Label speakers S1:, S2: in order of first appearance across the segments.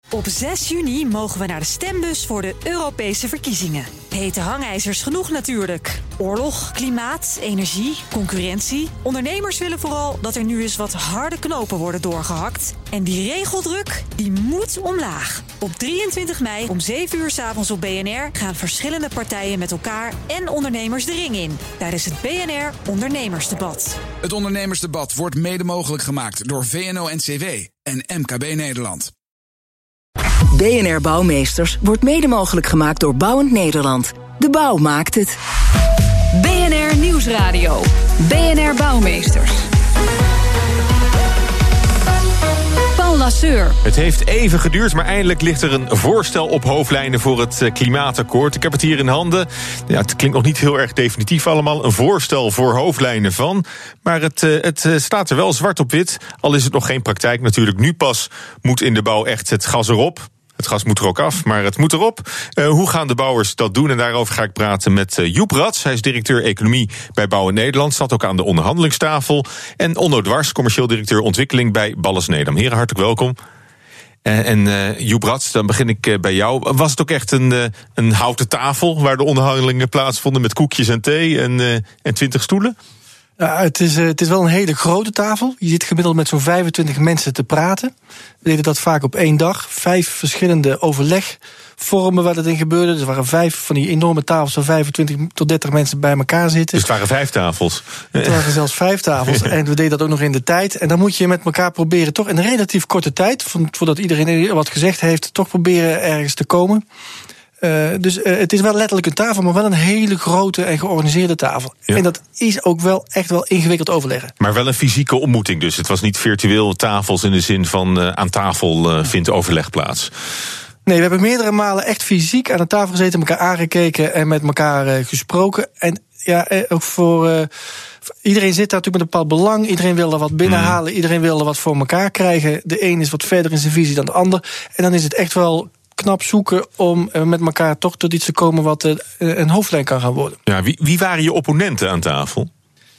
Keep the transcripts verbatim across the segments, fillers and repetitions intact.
S1: Op zes juni mogen we naar de stembus voor de Europese verkiezingen. Hete hangijzers genoeg natuurlijk. Oorlog, klimaat, energie, concurrentie. Ondernemers willen vooral dat er nu eens wat harde knopen worden doorgehakt. En die regeldruk, die moet omlaag. Op drieëntwintig mei om zeven uur 's avonds op B N R gaan verschillende partijen met elkaar en ondernemers de ring in. Tijdens het B N R Ondernemersdebat.
S2: Het Ondernemersdebat wordt mede mogelijk gemaakt door V N O N C W en M K B Nederland.
S3: B N R Bouwmeesters wordt mede mogelijk gemaakt door Bouwend Nederland. De bouw maakt het.
S4: B N R Nieuwsradio. B N R Bouwmeesters. Paul Lasseur.
S5: Het heeft even geduurd, maar eindelijk ligt er een voorstel op hoofdlijnen voor het klimaatakkoord. Ik heb het hier in handen. Ja, het klinkt nog niet heel erg definitief allemaal. Een voorstel voor hoofdlijnen van. Maar het, het staat er wel zwart op wit. Al is het nog geen praktijk natuurlijk. Nu pas moet in de bouw echt het gas erop. Het gas moet er ook af, maar het moet erop. Uh, hoe gaan de bouwers dat doen? En daarover ga ik praten met uh, Joep Rats. Hij is directeur economie bij Bouwen Nederland. Zat ook aan de onderhandelingstafel. En Onno Dwars, commercieel directeur ontwikkeling bij Balles Nedam. Heren, hartelijk welkom. Uh, en uh, Joep Rats, dan begin ik uh, bij jou. Was het ook echt een, uh, een houten tafel waar de onderhandelingen plaatsvonden met koekjes en thee en, uh, en twintig stoelen?
S6: Ja, het is, uh, het is wel een hele grote tafel. Je zit gemiddeld met zo'n vijfentwintig mensen te praten. We deden dat vaak op één dag. Vijf verschillende overlegvormen waar dat in gebeurde. Dus er waren vijf van die enorme tafels waar vijfentwintig tot dertig mensen bij elkaar zitten.
S5: Dus het waren vijf tafels?
S6: Het waren zelfs vijf tafels. En we deden dat ook nog in de tijd. En dan moet je met elkaar proberen toch in een relatief korte tijd, voordat iedereen wat gezegd heeft, toch proberen ergens te komen. Uh, dus uh, het is wel letterlijk een tafel, maar wel een hele grote en georganiseerde tafel. Ja. En dat is ook wel echt wel ingewikkeld overleggen.
S5: Maar wel een fysieke ontmoeting dus. Het was niet virtueel tafels in de zin van uh, aan tafel uh, vindt overleg plaats.
S6: Nee, we hebben meerdere malen echt fysiek aan de tafel gezeten, elkaar aangekeken en met elkaar uh, gesproken. En ja, ook voor uh, iedereen zit daar natuurlijk met een bepaald belang. Iedereen wil er wat binnenhalen, mm. iedereen wil er wat voor elkaar krijgen. De een is wat verder in zijn visie dan de ander. En dan is het echt wel knap zoeken om met elkaar toch tot iets te komen wat een hoofdlijn kan gaan worden.
S5: Ja, wie, wie waren je opponenten aan tafel?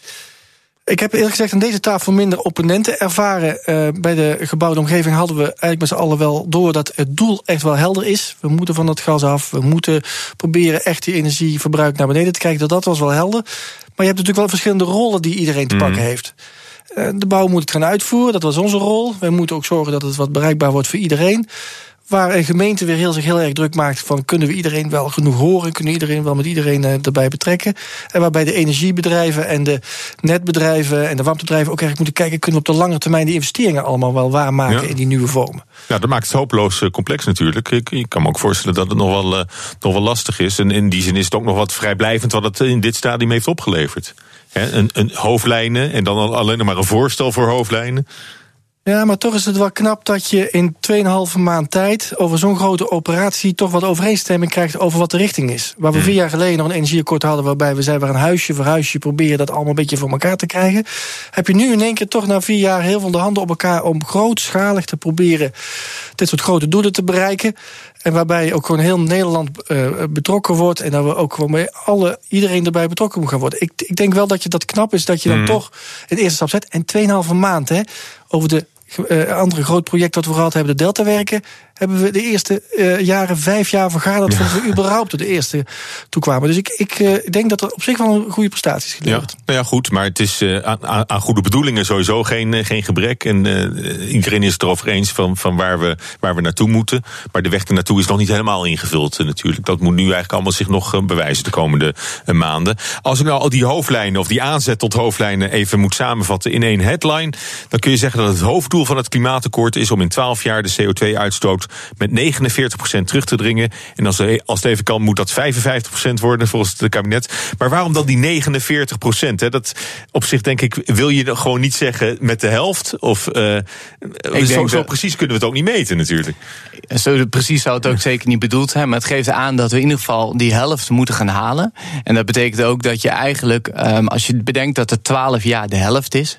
S6: Ik heb eerlijk gezegd aan deze tafel minder opponenten ervaren. Uh, bij de gebouwde omgeving hadden we eigenlijk met z'n allen wel door dat het doel echt wel helder is. We moeten van dat gas af. We moeten proberen echt die energieverbruik naar beneden te krijgen. Dat, dat was wel helder. Maar je hebt natuurlijk wel verschillende rollen die iedereen te mm. pakken heeft. Uh, de bouw moet het gaan uitvoeren. Dat was onze rol. Wij moeten ook zorgen dat het wat bereikbaar wordt voor iedereen. Waar een gemeente weer heel, zich heel erg druk maakt van kunnen we iedereen wel genoeg horen, kunnen we iedereen wel met iedereen uh, erbij betrekken. En waarbij de energiebedrijven en de netbedrijven en de warmtebedrijven ook eigenlijk moeten kijken, kunnen we op de lange termijn die investeringen allemaal wel waarmaken ja. in die nieuwe vormen.
S5: Ja, dat maakt het hopeloos uh, complex natuurlijk. Ik, ik kan me ook voorstellen dat het nog wel, uh, nog wel lastig is. En in die zin is het ook nog wat vrijblijvend wat het in dit stadium heeft opgeleverd. He, een, een hoofdlijnen en dan alleen nog maar een voorstel voor hoofdlijnen.
S6: Ja, maar toch is het wel knap dat je in tweeënhalve maand tijd over zo'n grote operatie toch wat overeenstemming krijgt over wat de richting is. Waar we vier jaar geleden nog een energieakkoord hadden waarbij we zeiden we gaan huisje voor huisje proberen dat allemaal een beetje voor elkaar te krijgen. Heb je nu in één keer toch na vier jaar heel veel de handen op elkaar om grootschalig te proberen dit soort grote doelen te bereiken. En waarbij ook gewoon heel Nederland uh, betrokken wordt. En dat we ook gewoon met alle, iedereen erbij betrokken moet gaan worden. Ik, ik denk wel dat je dat knap is dat je dan mm. toch een eerste stap zet. En tweeënhalve maand hè, over de uh, andere groot project dat we gehad hebben, de Deltawerken, hebben we de eerste uh, jaren vijf jaar vergaderd ja. voordat we überhaupt tot de eerste toe kwamen. Dus ik, ik uh, denk dat er op zich wel een goede prestatie is geleverd.
S5: Ja, nou ja, goed, maar het is uh, aan, aan goede bedoelingen sowieso geen, uh, geen gebrek. En uh, iedereen is het erover eens van, van waar, we, waar we naartoe moeten. Maar de weg ernaartoe is nog niet helemaal ingevuld uh, natuurlijk. Dat moet nu eigenlijk allemaal zich nog uh, bewijzen de komende uh, maanden. Als ik nou al die hoofdlijnen of die aanzet tot hoofdlijnen even moet samenvatten in één headline, dan kun je zeggen dat het hoofddoel van het klimaatakkoord is om in twaalf jaar de C O twee uitstoot met negenenveertig procent terug te dringen. En als, als het even kan, moet dat vijfenvijftig procent worden volgens het kabinet. Maar waarom dan die negenenveertig procent? Hè? Dat op zich denk ik, wil je gewoon niet zeggen met de helft? Of uh, ik zo, denk zo precies kunnen we het ook niet meten natuurlijk.
S7: Zo precies zou het ook zeker niet bedoeld zijn. Maar het geeft aan dat we in ieder geval die helft moeten gaan halen. En dat betekent ook dat je eigenlijk, um, als je bedenkt dat het twaalf jaar de helft is,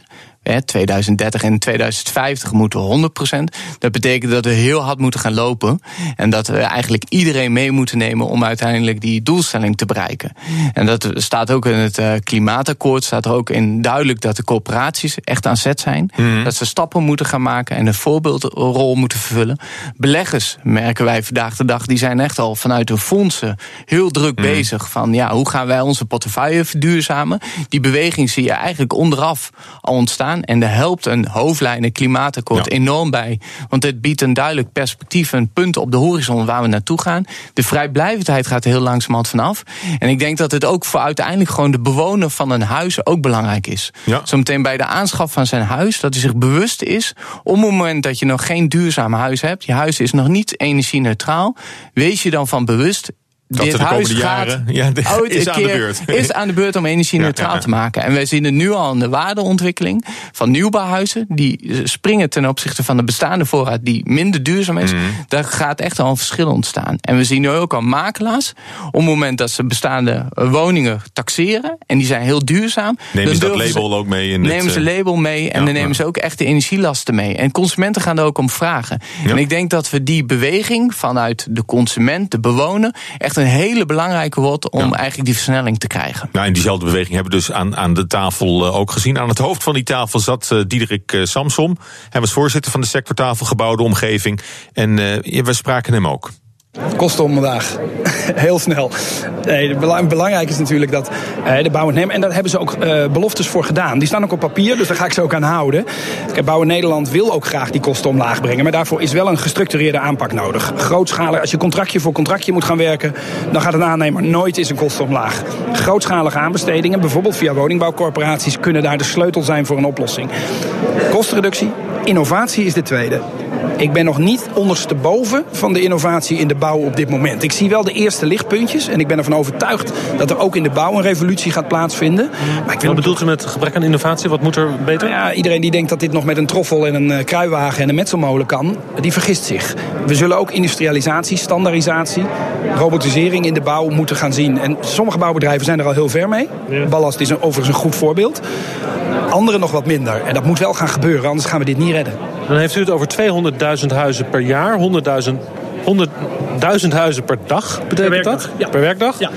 S7: Hè, tweeduizend dertig en tweeduizend vijftig moeten we honderd procent. Dat betekent dat we heel hard moeten gaan lopen. En dat we eigenlijk iedereen mee moeten nemen om uiteindelijk die doelstelling te bereiken. En dat staat ook in het uh, klimaatakkoord, staat er ook in duidelijk dat de corporaties echt aan zet zijn. Mm. Dat ze stappen moeten gaan maken en een voorbeeldrol moeten vervullen. Beleggers, merken wij vandaag de dag, die zijn echt al vanuit de fondsen heel druk mm. bezig van ja, hoe gaan wij onze portefeuille verduurzamen? Die beweging zie je eigenlijk onderaf al ontstaan en daar helpt een hoofdlijnen klimaatakkoord ja. enorm bij. Want het biedt een duidelijk perspectief, een punt op de horizon waar we naartoe gaan. De vrijblijvendheid gaat er heel langzamerhand vanaf. En ik denk dat het ook voor uiteindelijk gewoon de bewoner van een huis ook belangrijk is. Ja. Zometeen bij de aanschaf van zijn huis, dat hij zich bewust is, op het moment dat je nog geen duurzaam huis hebt, je huis is nog niet energie-neutraal, wees je dan van bewust,
S5: dat
S7: dit
S5: de
S7: huis
S5: jaren,
S7: gaat
S5: ja, de,
S7: ooit
S5: is
S7: een
S5: aan
S7: keer,
S5: de beurt.
S7: Is aan de beurt om energie-neutraal ja, ja, ja. te maken. En wij zien het nu al in de waardeontwikkeling van nieuwbouwhuizen. Die springen ten opzichte van de bestaande voorraad die minder duurzaam is. Mm. Daar gaat echt al een verschil ontstaan. En we zien nu ook al makelaars, op het moment dat ze bestaande woningen taxeren, en die zijn heel duurzaam,
S5: nemen ze dat label ook mee? In
S7: nemen
S5: dit,
S7: ze label mee en ja, dan nemen ja. ze ook echt de energielasten mee. En consumenten gaan er ook om vragen. Ja. En ik denk dat we die beweging vanuit de consument, de bewoner, echt een hele belangrijke wordt om ja. eigenlijk die versnelling te krijgen.
S5: Nou, en diezelfde beweging hebben we dus aan, aan de tafel uh, ook gezien. Aan het hoofd van die tafel zat uh, Diederik uh, Samsom. Hij was voorzitter van de sectortafel Gebouwde Omgeving. En uh, we spraken hem ook.
S8: Kosten om vandaag. Heel snel. Nee, belangrijk is natuurlijk dat uh, de Bouwend Nederland, en daar hebben ze ook uh, beloftes voor gedaan. Die staan ook op papier, dus daar ga ik ze ook aan houden. Bouwend Nederland wil ook graag die kosten omlaag brengen, maar daarvoor is wel een gestructureerde aanpak nodig. Grootschalig, als je contractje voor contractje moet gaan werken, dan gaat een aannemer nooit eens een kosten omlaag. Grootschalige aanbestedingen, bijvoorbeeld via woningbouwcorporaties, kunnen daar de sleutel zijn voor een oplossing. Kostenreductie, innovatie is de tweede. Ik ben nog niet ondersteboven van de innovatie in de bouw op dit moment. Ik zie wel de eerste lichtpuntjes en ik ben ervan overtuigd dat er ook in de bouw een revolutie gaat plaatsvinden. Maar ik
S9: Wat bedoelt u met gebrek aan innovatie? Wat moet er beter?
S8: Ja, iedereen die denkt dat dit nog met een troffel en een kruiwagen en een metselmolen kan, die vergist zich. We zullen ook industrialisatie, standaardisatie, robotisering in de bouw moeten gaan zien. En sommige bouwbedrijven zijn er al heel ver mee. Ja. Ballast is een, overigens een goed voorbeeld. Anderen nog wat minder. En dat moet wel gaan gebeuren, anders gaan we dit niet redden.
S9: Dan heeft u het over tweehonderdduizend huizen per jaar, honderdduizend huizen per dag, betekent
S8: per
S9: dat?
S8: Ja.
S9: Per werkdag?
S8: Ja.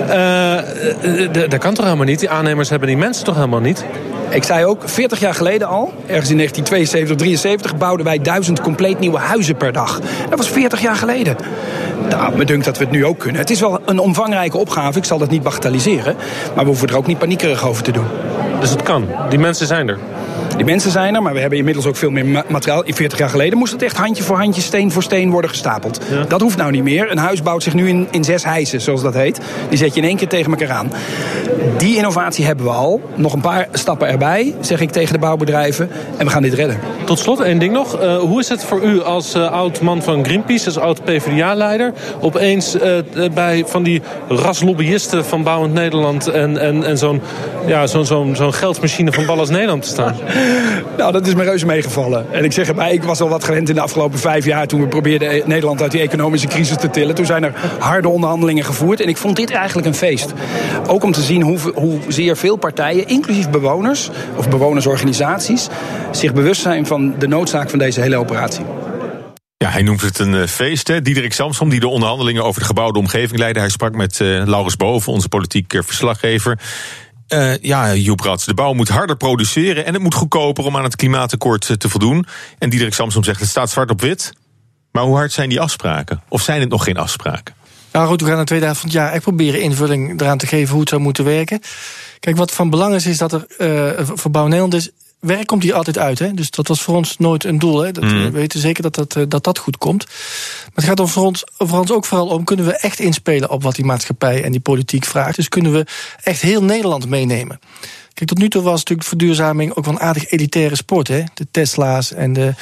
S9: Uh, d- dat kan toch helemaal niet? Die aannemers hebben die mensen toch helemaal niet?
S8: Ik zei ook, veertig jaar geleden al, ergens in negentien tweeënzeventig, drieënzeventig... bouwden wij duizend compleet nieuwe huizen per dag. Dat was veertig jaar geleden. Nou, me dunkt dat we het nu ook kunnen. Het is wel een omvangrijke opgave, ik zal dat niet bagatelliseren, maar we hoeven er ook niet paniekerig over te doen.
S9: Dus het kan. Die mensen zijn er.
S8: Die mensen zijn er, maar we hebben inmiddels ook veel meer materiaal. veertig jaar geleden moest het echt handje voor handje, steen voor steen worden gestapeld. Ja. Dat hoeft nou niet meer. Een huis bouwt zich nu in, in zes hijsen, zoals dat heet. Die zet je in één keer tegen elkaar aan. Die innovatie hebben we al. Nog een paar stappen erbij, zeg ik tegen de bouwbedrijven. En we gaan dit redden.
S9: Tot slot één ding nog. Uh, hoe is het voor u als uh, oud-man van Greenpeace, als oud-PvdA-leider... opeens uh, bij van die raslobbyisten van Bouwend Nederland... en, en, en zo'n, ja, zo'n, zo'n, zo'n geldsmachine van Ballast Nederland te staan?
S8: Nou, dat is me reuze meegevallen. En ik zeg erbij, ik was al wat gewend in de afgelopen vijf jaar... toen we probeerden Nederland uit die economische crisis te tillen. Toen zijn er harde onderhandelingen gevoerd. En ik vond dit eigenlijk een feest. Ook om te zien hoe, hoezeer veel partijen, inclusief bewoners... of bewonersorganisaties, zich bewust zijn van de noodzaak van deze hele operatie.
S5: Ja, hij noemt het een feest, hè. Diederik Samsom, die de onderhandelingen over de gebouwde omgeving leidde. Hij sprak met uh, Laurens Boven, onze politiek uh, verslaggever... Uh, ja, Joep Rats, de bouw moet harder produceren... en het moet goedkoper om aan het klimaatakkoord te voldoen. En Diederik Samsom zegt, het staat zwart op wit. Maar hoe hard zijn die afspraken? Of zijn het nog geen afspraken?
S6: Nou goed, we gaan in de tweede helft van het jaar echt proberen invulling eraan te geven hoe het zou moeten werken. Kijk, wat van belang is, is dat er uh, voor Bouw Nederland is... werk komt hier altijd uit, hè? Dus dat was voor ons nooit een doel. Hè? Dat, mm. We weten zeker dat dat, dat dat goed komt. Maar het gaat er voor ons, voor ons ook vooral om... kunnen we echt inspelen op wat die maatschappij en die politiek vraagt. Dus kunnen we echt heel Nederland meenemen. Kijk, tot nu toe was natuurlijk verduurzaming ook wel een aardig elitaire sport. Hè? De Tesla's en de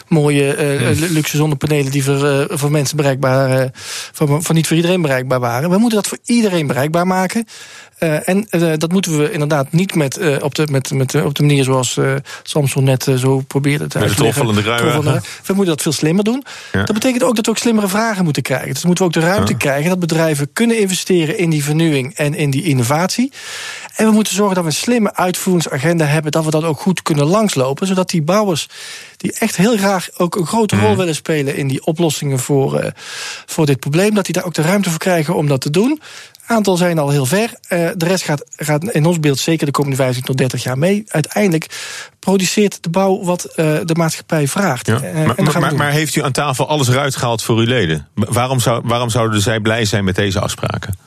S6: mooie uh, mm. luxe zonnepanelen... die voor, uh, voor mensen bereikbaar, uh, voor, voor niet voor iedereen bereikbaar waren. We moeten dat voor iedereen bereikbaar maken. Uh, en uh, dat moeten we inderdaad niet met, uh, op, de, met, met, uh, op de manier zoals uh, Samson net uh, zo probeerde te
S5: uitleggen. Met de troffelende
S6: We moeten dat veel slimmer doen. Ja. Dat betekent ook dat we ook slimmere vragen moeten krijgen. Dus moeten we ook de ruimte ja. krijgen dat bedrijven kunnen investeren in die vernieuwing en in die innovatie. En we moeten zorgen dat we een slimme uitvoeringsagenda hebben, dat we dat ook goed kunnen langslopen, zodat die bouwers die echt heel graag ook een grote rol willen spelen in die oplossingen voor, uh, voor dit probleem, dat die daar ook de ruimte voor krijgen om dat te doen. Aantal zijn al heel ver. Uh, de rest gaat, gaat in ons beeld zeker de komende vijftien tot dertig jaar mee. Uiteindelijk produceert de bouw wat uh, de maatschappij vraagt.
S5: Ja. Uh, maar, maar, maar heeft u aan tafel alles eruit gehaald voor uw leden? Waarom, zou, waarom zouden zij blij zijn met deze afspraken?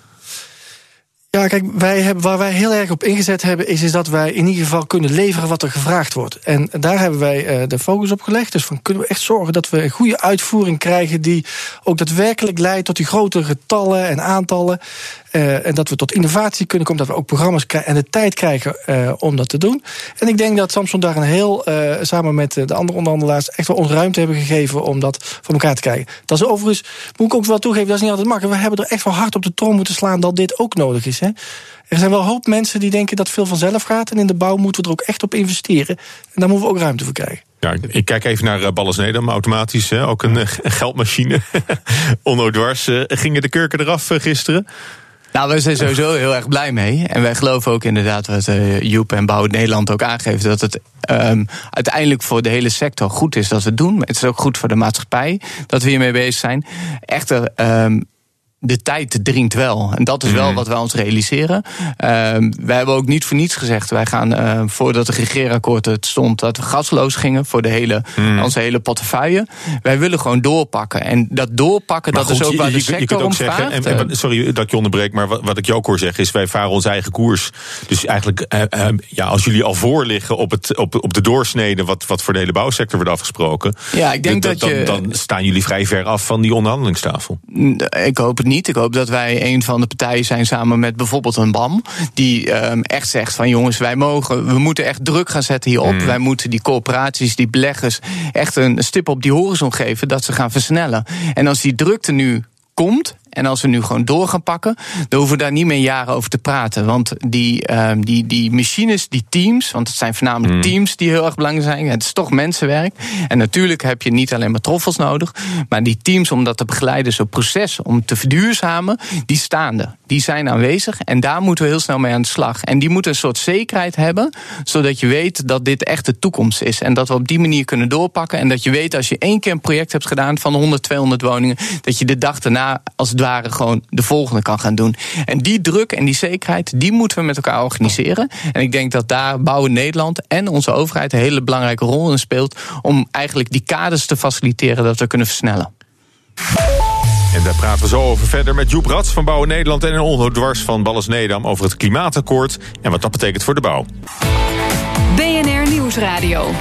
S6: Ja, kijk, wij hebben, waar wij heel erg op ingezet hebben, is, is dat wij in ieder geval kunnen leveren wat er gevraagd wordt. En daar hebben wij uh, de focus op gelegd. Dus van kunnen we echt zorgen dat we een goede uitvoering krijgen die ook daadwerkelijk leidt tot die grote getallen en aantallen. Uh, en dat we tot innovatie kunnen komen, dat we ook programma's krijgen en de tijd krijgen uh, om dat te doen. En ik denk dat Samson daar een heel, uh, samen met de andere onderhandelaars, echt wel ons ruimte hebben gegeven om dat voor elkaar te krijgen. Dat is overigens, moet ik ook wel toegeven, dat is niet altijd makkelijk. We hebben er echt wel hard op de trom moeten slaan dat dit ook nodig is. Hè. Er zijn wel een hoop mensen die denken dat veel vanzelf gaat. En in de bouw moeten we er ook echt op investeren. En daar moeten we ook ruimte voor krijgen.
S5: Ja, ik kijk even naar uh, Ballas Nedam, automatisch. Hè, ook een, uh, een geldmachine. Onno Dwars, uh, gingen de kurken eraf uh, gisteren?
S7: Nou, wij zijn sowieso heel erg blij mee. En wij geloven ook inderdaad wat uh, Joep en Bouw Nederland ook aangeeft, dat het um, uiteindelijk voor de hele sector goed is dat we het doen. Het is ook goed voor de maatschappij dat we hiermee bezig zijn. Echter, um, de tijd dringt wel. En dat is wel wat wij ons realiseren. Uh, wij hebben ook niet voor niets gezegd. Wij gaan, uh, voordat het regeerakkoord het stond, dat we gasloos gingen voor de hele, mm. onze hele portefeuille. Wij willen gewoon doorpakken. En dat doorpakken, maar dat goed, is ook waar de sector je kunt ook om zeggen, vraagt. En, en, sorry dat ik je onderbreek, maar wat, wat ik je ook hoor zeggen is, wij varen onze eigen koers. Dus eigenlijk, uh, uh, ja, als jullie al voor liggen op, het, op, op de doorsnede wat, wat voor de hele bouwsector wordt afgesproken, ja, ik denk dat, dat je,
S5: dan, dan staan jullie vrij ver af van die onderhandelingstafel.
S7: Ik hoop het niet. Ik hoop dat wij een van de partijen zijn samen met bijvoorbeeld een B A M, die um, echt zegt van jongens, wij mogen, we moeten echt druk gaan zetten hierop. Mm. Wij moeten die corporaties, die beleggers echt een stip op die horizon geven dat ze gaan versnellen. En als die drukte nu komt, en als we nu gewoon door gaan pakken, dan hoeven we daar niet meer jaren over te praten. Want die, uh, die, die machines, die teams, want het zijn voornamelijk mm. teams die heel erg belangrijk zijn. Het is toch mensenwerk. En natuurlijk heb je niet alleen maar troffels nodig, maar die teams om dat te begeleiden, zo'n proces om te verduurzamen, die staan er. Die zijn aanwezig en daar moeten we heel snel mee aan de slag. En die moeten een soort zekerheid hebben, zodat je weet dat dit echt de toekomst is. En dat we op die manier kunnen doorpakken. En dat je weet, als je één keer een project hebt gedaan van honderd, tweehonderd woningen, dat je de dag daarna als het ware gewoon de volgende kan gaan doen. En die druk en die zekerheid, die moeten we met elkaar organiseren. En ik denk dat daar Bouwen Nederland en onze overheid een hele belangrijke rol in speelt om eigenlijk die kaders te faciliteren dat we kunnen versnellen.
S5: En daar praten we zo over verder met Joep Rats van Bouwen Nederland en Onno Dwars van Ballas Nedam over het klimaatakkoord en wat dat betekent voor de bouw.
S4: B N R Nieuwsradio.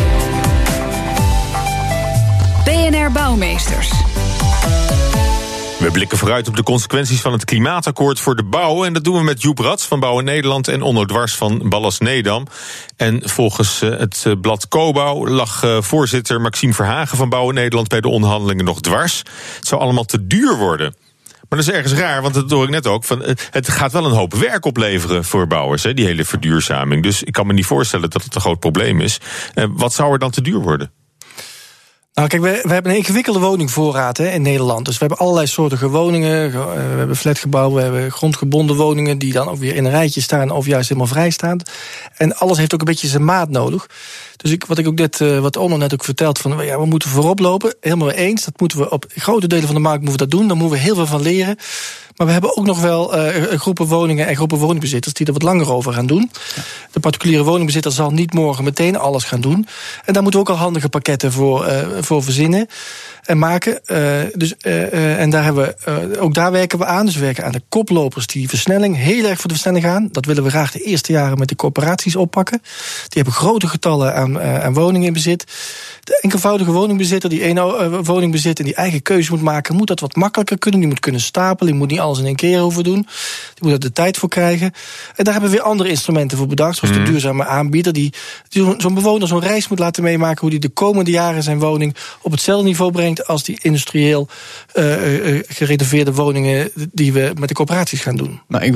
S4: B N R Bouwmeesters.
S5: We blikken vooruit op de consequenties van het klimaatakkoord voor de bouw. En dat doen we met Joep Rats van Bouwen Nederland en Onno Dwars van Ballas Nedam. En volgens het blad Cobouw lag voorzitter Maxime Verhagen van Bouwen Nederland bij de onderhandelingen nog dwars. Het zou allemaal te duur worden. Maar dat is ergens raar, want dat hoor ik net ook. Van, het gaat wel een hoop werk opleveren voor bouwers, hè, die hele verduurzaming. Dus ik kan me niet voorstellen dat het een groot probleem is. Wat zou er dan te duur worden?
S6: Nou kijk, we, we hebben een ingewikkelde woningvoorraad hè, in Nederland. Dus we hebben allerlei soorten woningen. We hebben flatgebouwen, we hebben grondgebonden woningen die dan ook weer in een rijtje staan of juist helemaal vrijstaand. En alles heeft ook een beetje zijn maat nodig. Dus ik, wat ik ook net, wat Onno net ook vertelt, van ja, we moeten voorop lopen. Helemaal mee eens. Dat moeten we op grote delen van de markt moeten we dat doen. Daar moeten we heel veel van leren. Maar we hebben ook nog wel uh, groepen woningen en groepen woningbezitters die er wat langer over gaan doen. Ja. De particuliere woningbezitter zal niet morgen meteen alles gaan doen. En daar moeten we ook al handige pakketten voor, uh, voor verzinnen en maken. Uh, dus, uh, uh, en daar hebben we, uh, ook daar werken we aan. Dus we werken aan de koplopers die versnelling, heel erg voor de versnelling gaan. Dat willen we graag de eerste jaren met de corporaties oppakken. Die hebben grote getallen aan, uh, aan woningen in bezit. De enkelvoudige woningbezitter die één uh, woning bezit en die eigen keuze moet maken, moet dat wat makkelijker kunnen. Die moet kunnen stapelen, die moet niet alles in één keer hoeven doen. Die moet er de tijd voor krijgen. En daar hebben we weer andere instrumenten voor bedacht, zoals mm. de duurzame aanbieder, die, die zo'n bewoner zo'n reis moet laten meemaken, hoe die de komende jaren zijn woning op hetzelfde niveau brengt als die industrieel uh, uh, gerenoveerde woningen die we met de corporaties gaan doen.
S7: Maar ik wil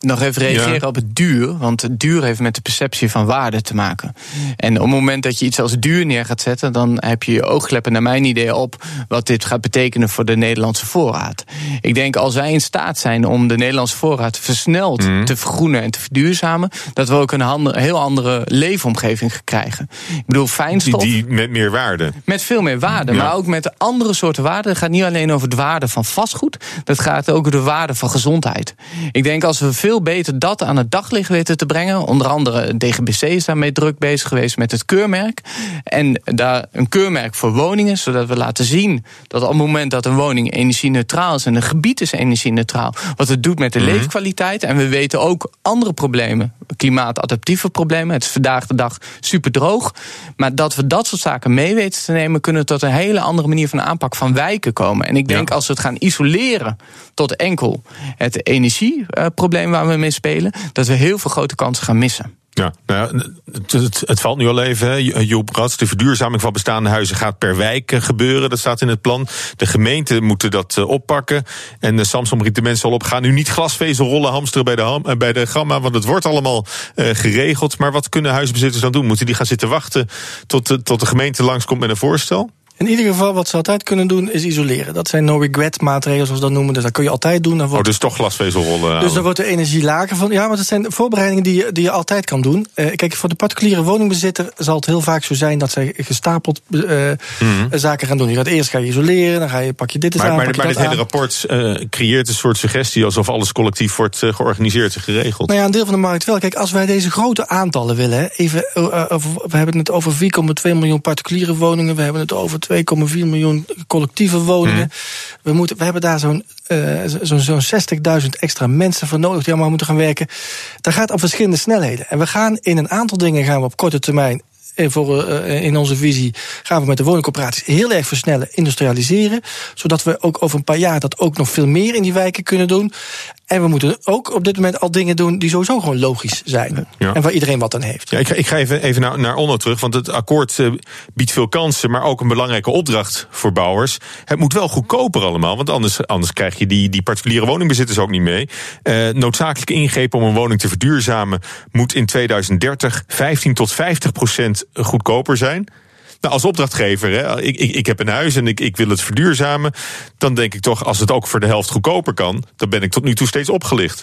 S7: nog even reageren
S5: Ja.
S7: op het duur. Want het duur heeft met de perceptie van waarde te maken. En op het moment dat je iets als duur neer gaat zetten, dan heb je je oogkleppen naar mijn idee op wat dit gaat betekenen voor de Nederlandse voorraad. Ik denk als wij in staat zijn om de Nederlandse voorraad versneld mm. te vergroenen en te verduurzamen, dat we ook een hand, heel andere leefomgeving gaan krijgen. Ik bedoel, fijnstof.
S5: Die, die met meer waarde.
S7: Met veel meer waarde, ja. Maar ook met andere soorten waarde. Het gaat niet alleen over de waarde van vastgoed, dat gaat ook over de waarde van gezondheid. Ik denk als we veel beter dat aan het daglicht weten te brengen, onder andere D G B C is daarmee druk bezig geweest met het keurmerk. En daar een keurmerk voor woningen, zodat we laten zien dat op het moment dat een woning energie-neutraal is en een gebied is energie-neutraal, wat het doet met de mm-hmm. leefkwaliteit. En we weten ook andere problemen, klimaatadaptieve problemen. Het is vandaag de dag super droog. Maar dat we dat soort zaken mee weten te nemen, kunnen we tot een hele andere manier van aanpak van wijken komen. En ik denk ja. als we het gaan isoleren tot enkel het energieprobleem waar we mee spelen, dat we heel veel grote kansen gaan missen.
S5: Ja, nou ja, het, het, het valt nu al even, hè. Joep Rats, de verduurzaming van bestaande huizen gaat per wijk gebeuren. Dat staat in het plan. De gemeenten moeten dat uh, oppakken. En uh, Samson riep de mensen al op, ga nu niet glasvezelrollen hamsteren bij de, ham, uh, bij de Gamma, want het wordt allemaal uh, geregeld. Maar wat kunnen huisbezitters dan doen? Moeten die gaan zitten wachten tot, uh, tot de gemeente langskomt met een voorstel?
S6: In ieder geval, wat ze altijd kunnen doen, is isoleren. Dat zijn no-regret maatregelen, zoals we dat noemen. Dus dat kun je altijd doen. Dan wordt,
S5: oh, dus toch glasvezelrollen.
S6: Dus dan wordt de energie lager van. Ja, maar dat zijn voorbereidingen die je, die je altijd kan doen. Uh, kijk, voor de particuliere woningbezitter zal het heel vaak zo zijn dat zij gestapeld uh, mm-hmm. zaken gaan doen. Je gaat eerst ga je isoleren, dan ga je, pak je dit eens
S5: maar,
S6: aan,
S5: maar,
S6: pak je
S5: maar
S6: dat
S5: dit
S6: aan.
S5: hele rapport uh, creëert een soort suggestie alsof alles collectief wordt uh, georganiseerd en geregeld.
S6: Nou ja, een deel van de markt wel. Kijk, als wij deze grote aantallen willen, hè, even, uh, over, we hebben het over vier komma twee miljoen particuliere woningen, we hebben het over twee komma vier miljoen collectieve woningen. Mm. We, moeten, we hebben daar zo'n, uh, zo'n, zo'n zestigduizend extra mensen voor nodig die allemaal moeten gaan werken. Dat gaat op verschillende snelheden. En we gaan in een aantal dingen gaan we op korte termijn Voor, uh, in onze visie gaan we met de woningcorporaties heel erg versnellen, industrialiseren, zodat we ook over een paar jaar dat ook nog veel meer in die wijken kunnen doen. En we moeten ook op dit moment al dingen doen die sowieso gewoon logisch zijn. Ja. En waar iedereen wat aan heeft.
S5: Ja, ik, ga, ik ga even, even naar, naar Onno terug, want het akkoord uh, biedt veel kansen, maar ook een belangrijke opdracht voor bouwers. Het moet wel goedkoper allemaal, want anders, anders krijg je die, die particuliere woningbezitters ook niet mee. Uh, noodzakelijke ingrepen om een woning te verduurzamen moet in tweeduizend dertig vijftien tot vijftig procent goedkoper zijn. Nou, als opdrachtgever, hè, ik, ik, ik heb een huis en ik, ik wil het verduurzamen, dan denk ik toch, als het ook voor de helft goedkoper kan, dan ben ik tot nu toe steeds opgelicht.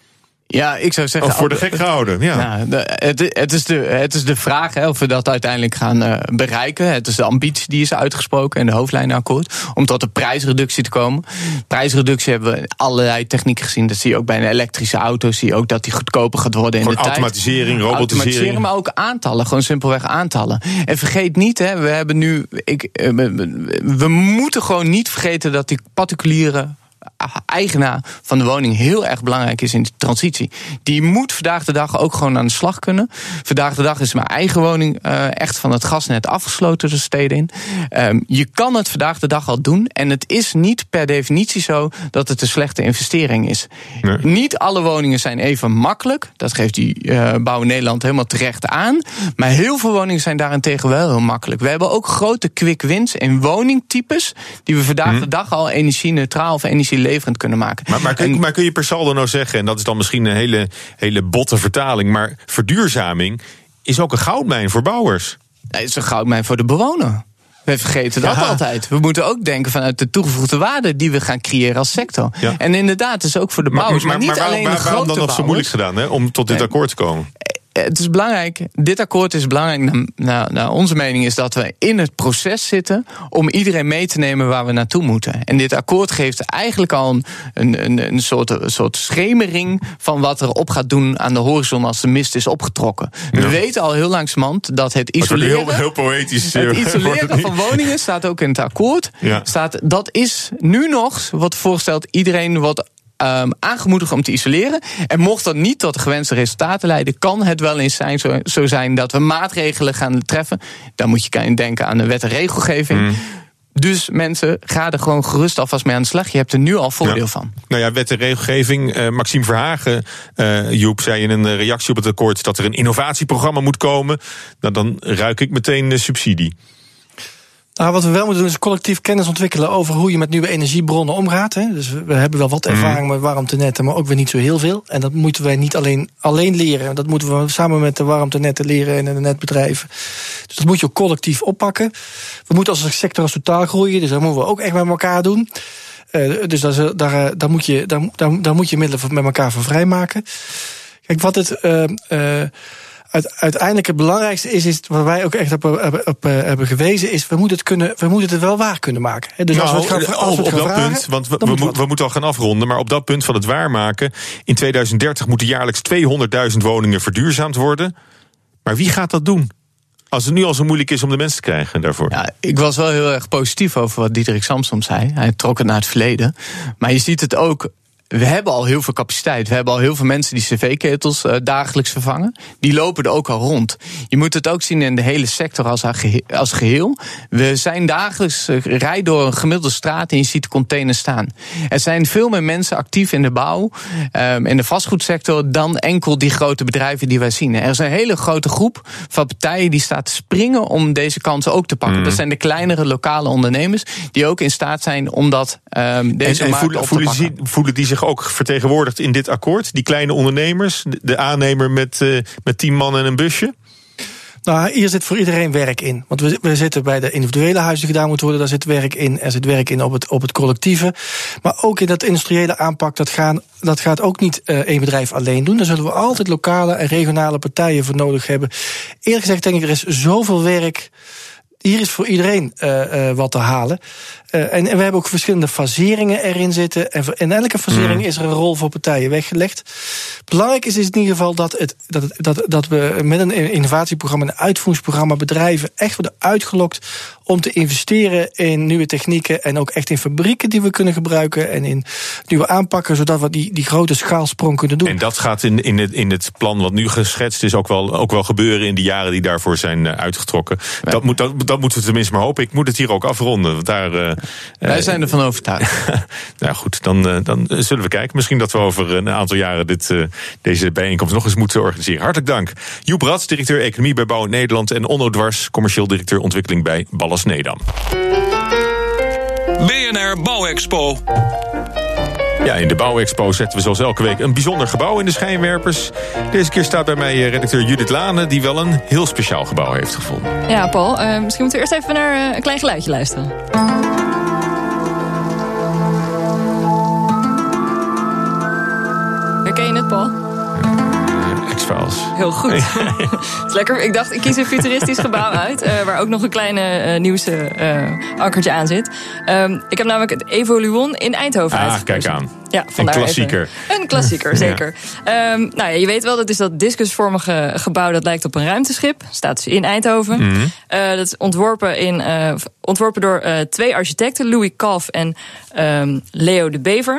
S7: Ja, ik zou zeggen.
S5: Of voor de gek gehouden. Ja.
S7: Nou, de, het, het, is de, het is de vraag hè, of we dat uiteindelijk gaan uh, bereiken. Het is de ambitie die is uitgesproken in de hoofdlijnenakkoord om tot een prijsreductie te komen. Prijsreductie hebben we allerlei technieken gezien. Dat zie je ook bij een elektrische auto. Zie je ook dat die goedkoper gaat worden in
S5: gewoon
S7: de
S5: automatisering,
S7: tijd.
S5: robotisering.
S7: Automatiseren, maar ook aantallen. Gewoon simpelweg aantallen. En vergeet niet, hè, we hebben nu. Ik, we moeten gewoon niet vergeten dat die particuliere eigenaar van de woning heel erg belangrijk is in de transitie. Die moet vandaag de dag ook gewoon aan de slag kunnen. Vandaag de dag is mijn eigen woning uh, echt van het gasnet afgesloten de steden in. Um, je kan het vandaag de dag al doen. En het is niet per definitie zo dat het een slechte investering is. Nee. Niet alle woningen zijn even makkelijk. Dat geeft die uh, Bouw in Nederland helemaal terecht aan. Maar heel veel woningen zijn daarentegen wel heel makkelijk. We hebben ook grote quick wins in woningtypes die we vandaag hmm. de dag al energie-neutraal of energieleverend kunnen maken.
S5: Maar, maar, kun, en, maar kun je per saldo nou zeggen, en dat is dan misschien een hele, hele botte vertaling, maar verduurzaming is ook een goudmijn voor bouwers.
S7: Het is een goudmijn voor de bewoner. We vergeten dat ja. altijd. We moeten ook denken vanuit de toegevoegde waarde die we gaan creëren als sector. Ja. En inderdaad, het is ook voor de bouwers. Maar, maar, maar, maar niet alleen
S5: waar,
S7: de grote
S5: waarom dan nog zo moeilijk gedaan, hè, om tot dit nee. akkoord te komen?
S7: Het is belangrijk, dit akkoord is belangrijk, nou, nou, onze mening is dat we in het proces zitten om iedereen mee te nemen waar we naartoe moeten. En dit akkoord geeft eigenlijk al een, een, een, soort, een soort schemering van wat er op gaat doen aan de horizon als de mist is opgetrokken. Ja. We weten al heel langzamerhand dat het isoleren,
S5: heel, heel poëtisch,
S7: het isoleren van woningen staat ook in het akkoord. Ja. Staat, dat is nu nog wat voorstelt, iedereen wordt Um, aangemoedigd om te isoleren. En mocht dat niet tot de gewenste resultaten leiden, kan het wel eens zijn, zo, zo zijn dat we maatregelen gaan treffen. Dan moet je denken aan de wet en regelgeving. Mm. Dus mensen, ga er gewoon gerust alvast mee aan de slag. Je hebt er nu al voordeel ja. van.
S5: Nou ja, wet en regelgeving. Uh, Maxime Verhagen, uh, Joep, zei in een reactie op het akkoord dat er een innovatieprogramma moet komen. Nou, dan ruik ik meteen uh, subsidie.
S6: Nou, wat we wel moeten doen is collectief kennis ontwikkelen over hoe je met nieuwe energiebronnen omgaat. Hè. Dus we hebben wel wat ervaring mm. met warmtenetten, maar ook weer niet zo heel veel. En dat moeten wij niet alleen, alleen leren. Dat moeten we samen met de warmtenetten leren en de netbedrijven. Dus dat moet je ook collectief oppakken. We moeten als sector als totaal groeien, dus dat moeten we ook echt met elkaar doen. Uh, dus daar, daar, daar, moet je, daar, daar, daar moet je middelen met elkaar voor vrijmaken. Kijk, wat het uh, uh, uiteindelijk het belangrijkste is, is waar wij ook echt op, op, op uh, hebben gewezen, is we moeten het kunnen, we moeten het wel waar kunnen maken. He, dus
S5: nou,
S6: als we het gaan, als we het
S5: op
S6: gaan
S5: dat
S6: vragen,
S5: punt, want we, we, moet we moeten al gaan afronden, maar op dat punt van het waarmaken, in tweeduizend dertig moeten jaarlijks tweehonderdduizend woningen verduurzaamd worden. Maar wie gaat dat doen? Als het nu al zo moeilijk is om de mensen te krijgen daarvoor.
S7: Ja, ik was wel heel erg positief over wat Diederik Samsom zei. Hij trok het naar het verleden. Maar je ziet het ook. We hebben al heel veel capaciteit. We hebben al heel veel mensen die cv-ketels uh, dagelijks vervangen. Die lopen er ook al rond. Je moet het ook zien in de hele sector als, als geheel. We zijn dagelijks, uh, rij door een gemiddelde straat en je ziet de containers staan. Er zijn veel meer mensen actief in de bouw, um, in de vastgoedsector, dan enkel die grote bedrijven die wij zien. Er is een hele grote groep van partijen die staat te springen om deze kansen ook te pakken. Mm. Dat zijn de kleinere lokale ondernemers die ook in staat zijn om dat um, deze
S5: en, en
S7: markt
S5: voelen,
S7: op te
S5: voelen,
S7: pakken.
S5: die, voelen die zich ook vertegenwoordigd in dit akkoord? Die kleine ondernemers, de aannemer met, uh, met tien man en een busje?
S6: Nou, hier zit voor iedereen werk in. Want we, we zitten bij de individuele huizen die gedaan moeten worden, daar zit werk in. Er zit werk in op het, op het collectieve. Maar ook in dat industriële aanpak, dat, gaan, dat gaat ook niet uh, één bedrijf alleen doen. Daar zullen we altijd lokale en regionale partijen voor nodig hebben. Eerlijk gezegd denk ik, er is zoveel werk. Hier is voor iedereen uh, uh, wat te halen. Uh, en, en we hebben ook verschillende faseringen erin zitten. En in elke fasering mm. is er een rol voor partijen weggelegd. Belangrijk is, is in ieder geval dat, het, dat, het, dat, dat we met een innovatieprogramma, een uitvoeringsprogramma, bedrijven echt worden uitgelokt om te investeren in nieuwe technieken en ook echt in fabrieken die we kunnen gebruiken en in nieuwe aanpakken, zodat we die, die grote schaalsprong kunnen doen.
S5: En dat gaat in, in, het, in het plan wat nu geschetst is ook wel, ook wel gebeuren in de jaren die daarvoor zijn uitgetrokken. Ja. Dat, moet, dat, dat moeten we tenminste maar hopen. Ik moet het hier ook afronden. Want daar, uh,
S7: Wij zijn ervan overtuigd.
S5: Nou goed, dan, uh, dan zullen we kijken. Misschien dat we over een aantal jaren dit, uh, deze bijeenkomst nog eens moeten organiseren. Hartelijk dank. Joep Rats, directeur Economie bij Bouwend Nederland, en Onno Dwars, commercieel directeur ontwikkeling bij Ballas Nedam.
S10: B N R Bouwexpo.
S5: Ja, in de Bouwexpo zetten we zoals elke week een bijzonder gebouw in de schijnwerpers. Deze keer staat bij mij redacteur Judith Lane, die wel een heel speciaal gebouw heeft gevonden.
S11: Ja, Paul, uh, misschien moeten we eerst even naar uh, een klein geluidje luisteren. Herken je het, Paul?
S5: X-Files.
S11: Heel goed. Het is lekker. Ik dacht, ik kies een futuristisch gebouw uit, uh, waar ook nog een kleine uh, nieuwse uh, ankertje aan zit. Um, ik heb namelijk het Evoluon in Eindhoven
S5: ah,
S11: uitgekozen.
S5: Kijk aan.
S11: Ja,
S5: een klassieker.
S11: Even. Een klassieker, zeker. Ja. Um, nou ja, je weet wel, dat is dat discusvormige gebouw dat lijkt op een ruimteschip. Staat dus in Eindhoven. Mm-hmm. Uh, dat is ontworpen, in, uh, ontworpen door uh, twee architecten, Louis Kalf en um, Leo de Bever.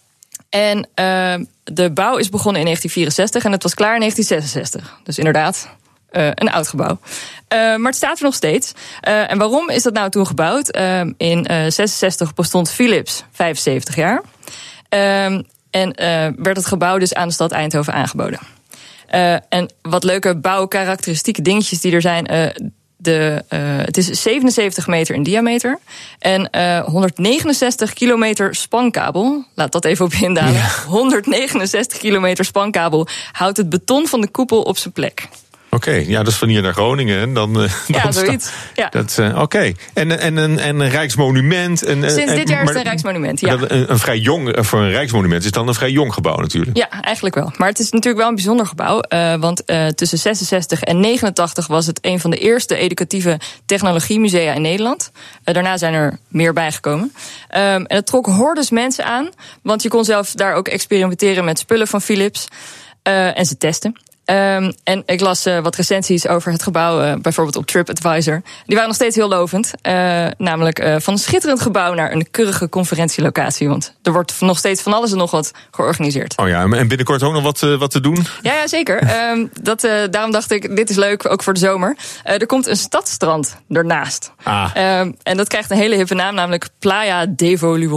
S11: En uh, de bouw is begonnen in negentien vierenzestig en het was klaar in negentien zesenzestig. Dus inderdaad, uh, een oud gebouw. Uh, maar het staat er nog steeds. Uh, en waarom is dat nou toen gebouwd? Uh, in uh, zesenzestig bestond Philips vijfenzeventig jaar. Uh, en uh, werd het gebouw dus aan de stad Eindhoven aangeboden. Uh, en wat leuke bouwkarakteristieke dingetjes die er zijn. Uh, De, uh, het is zevenenzeventig meter in diameter en uh, honderdnegenenzestig kilometer spankabel. Laat dat even op je indalen. Ja. honderdnegenenzestig kilometer spankabel houdt het beton van de koepel op zijn plek.
S5: Oké, okay, ja, dat is van hier naar Groningen. Dan, uh,
S11: ja,
S5: dan
S11: zoiets. Ja.
S5: Uh, Oké, okay. en, en, en, en een rijksmonument. En,
S11: Sinds
S5: en,
S11: dit jaar
S5: maar,
S11: is het een rijksmonument, ja.
S5: Een, een vrij jong, voor een rijksmonument is dan een vrij jong gebouw natuurlijk.
S11: Ja, eigenlijk wel. Maar het is natuurlijk wel een bijzonder gebouw. Uh, want uh, tussen zesenzestig en negenentachtig was het een van de eerste educatieve technologiemusea in Nederland. Uh, daarna zijn er meer bijgekomen. Um, en het trok hordes mensen aan. Want je kon zelf daar ook experimenteren met spullen van Philips. Uh, en ze testen. Um, en ik las uh, wat recensies over het gebouw, uh, bijvoorbeeld op TripAdvisor. Die waren nog steeds heel lovend. Uh, namelijk uh, van een schitterend gebouw naar een keurige conferentielocatie. Want er wordt nog steeds van alles en nog wat georganiseerd.
S5: Oh ja, en binnenkort ook nog wat, uh, wat te doen?
S11: Ja, ja zeker. Um, dat, uh, daarom dacht ik, dit is leuk, ook voor de zomer. Uh, er komt een stadstrand ernaast.
S5: Ah.
S11: Um, en dat krijgt een hele hippe naam, namelijk Playa d'Evoluon.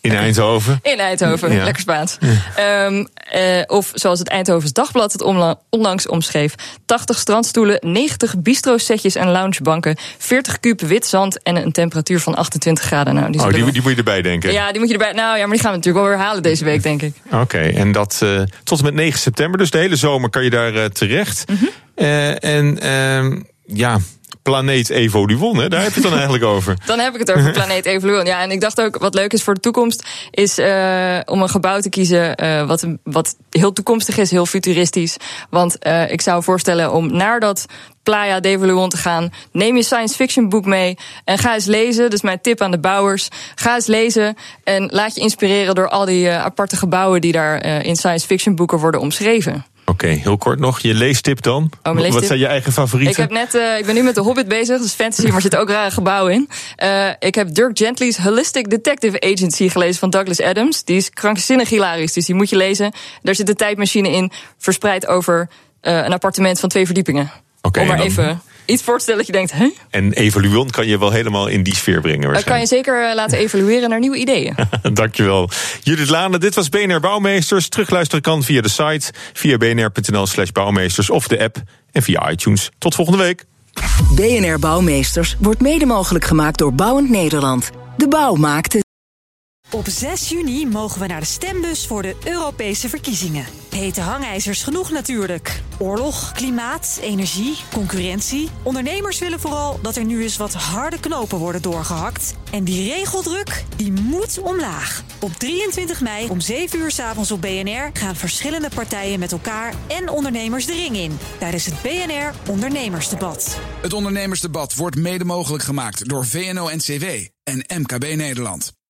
S5: In Eindhoven?
S11: In Eindhoven,
S5: ja.
S11: lekker Spaans. Ja. Um, uh, of zoals het Eindhovens Dagblad het onla- onlangs omschreef... tachtig strandstoelen, negentig bistro-setjes en loungebanken... veertig kuub wit zand en een temperatuur van achtentwintig graden. Nou, die,
S5: oh, die,
S11: we...
S5: die moet je erbij denken?
S11: Ja, die moet je erbij... Nou ja, maar die gaan we natuurlijk wel weer halen deze week, denk ik.
S5: Oké, okay, en dat uh, tot en met negen september, dus de hele zomer kan je daar uh, terecht. Mm-hmm. Uh, en uh, ja... Planeet Evoluon, hè? Daar heb je het dan eigenlijk over.
S11: Dan heb ik het over Planeet Evoluon. Ja, en ik dacht ook, wat leuk is voor de toekomst... is uh, om een gebouw te kiezen uh, wat, wat heel toekomstig is, heel futuristisch. Want uh, ik zou voorstellen om naar dat Playa de Evoluon te gaan... neem je science fiction boek mee en ga eens lezen. Dus mijn tip aan de bouwers. Ga eens lezen en laat je inspireren door al die uh, aparte gebouwen... die daar uh, in science fiction boeken worden omschreven.
S5: Oké, okay, heel kort nog. Je leestip dan?
S11: Oh, leestip.
S5: Wat zijn je eigen favorieten?
S11: Ik, heb net, uh, ik ben nu met The Hobbit bezig, dus fantasy, maar er zitten ook rare gebouwen in. Uh, ik heb Dirk Gently's Holistic Detective Agency gelezen van Douglas Adams. Die is krankzinnig hilarisch, dus die moet je lezen. Daar zit een tijdmachine in, verspreid over uh, een appartement van twee verdiepingen.
S5: Okay,
S11: Om maar
S5: dan...
S11: even iets voor te stellen dat je denkt... Hè?
S5: En Evoluon kan je wel helemaal in die sfeer brengen.
S11: Dat kan je zeker laten evalueren naar nieuwe ideeën.
S5: Dankjewel. Judith Lane, dit was B N R Bouwmeesters. Terugluisteren kan via de site, via bnr.nl slash bouwmeesters of de app en via iTunes. Tot volgende week.
S3: B N R Bouwmeesters wordt mede mogelijk gemaakt door Bouwend Nederland. De bouw maakt het.
S1: Op zes juni mogen we naar de stembus voor de Europese verkiezingen. Hete hangijzers genoeg natuurlijk. Oorlog, klimaat, energie, concurrentie. Ondernemers willen vooral dat er nu eens wat harde knopen worden doorgehakt. En die regeldruk, die moet omlaag. Op drieëntwintig mei om zeven uur 's avonds op B N R... gaan verschillende partijen met elkaar en ondernemers de ring in. Tijdens het B N R Ondernemersdebat.
S2: Het Ondernemersdebat wordt mede mogelijk gemaakt door V N O N C W en M K B Nederland.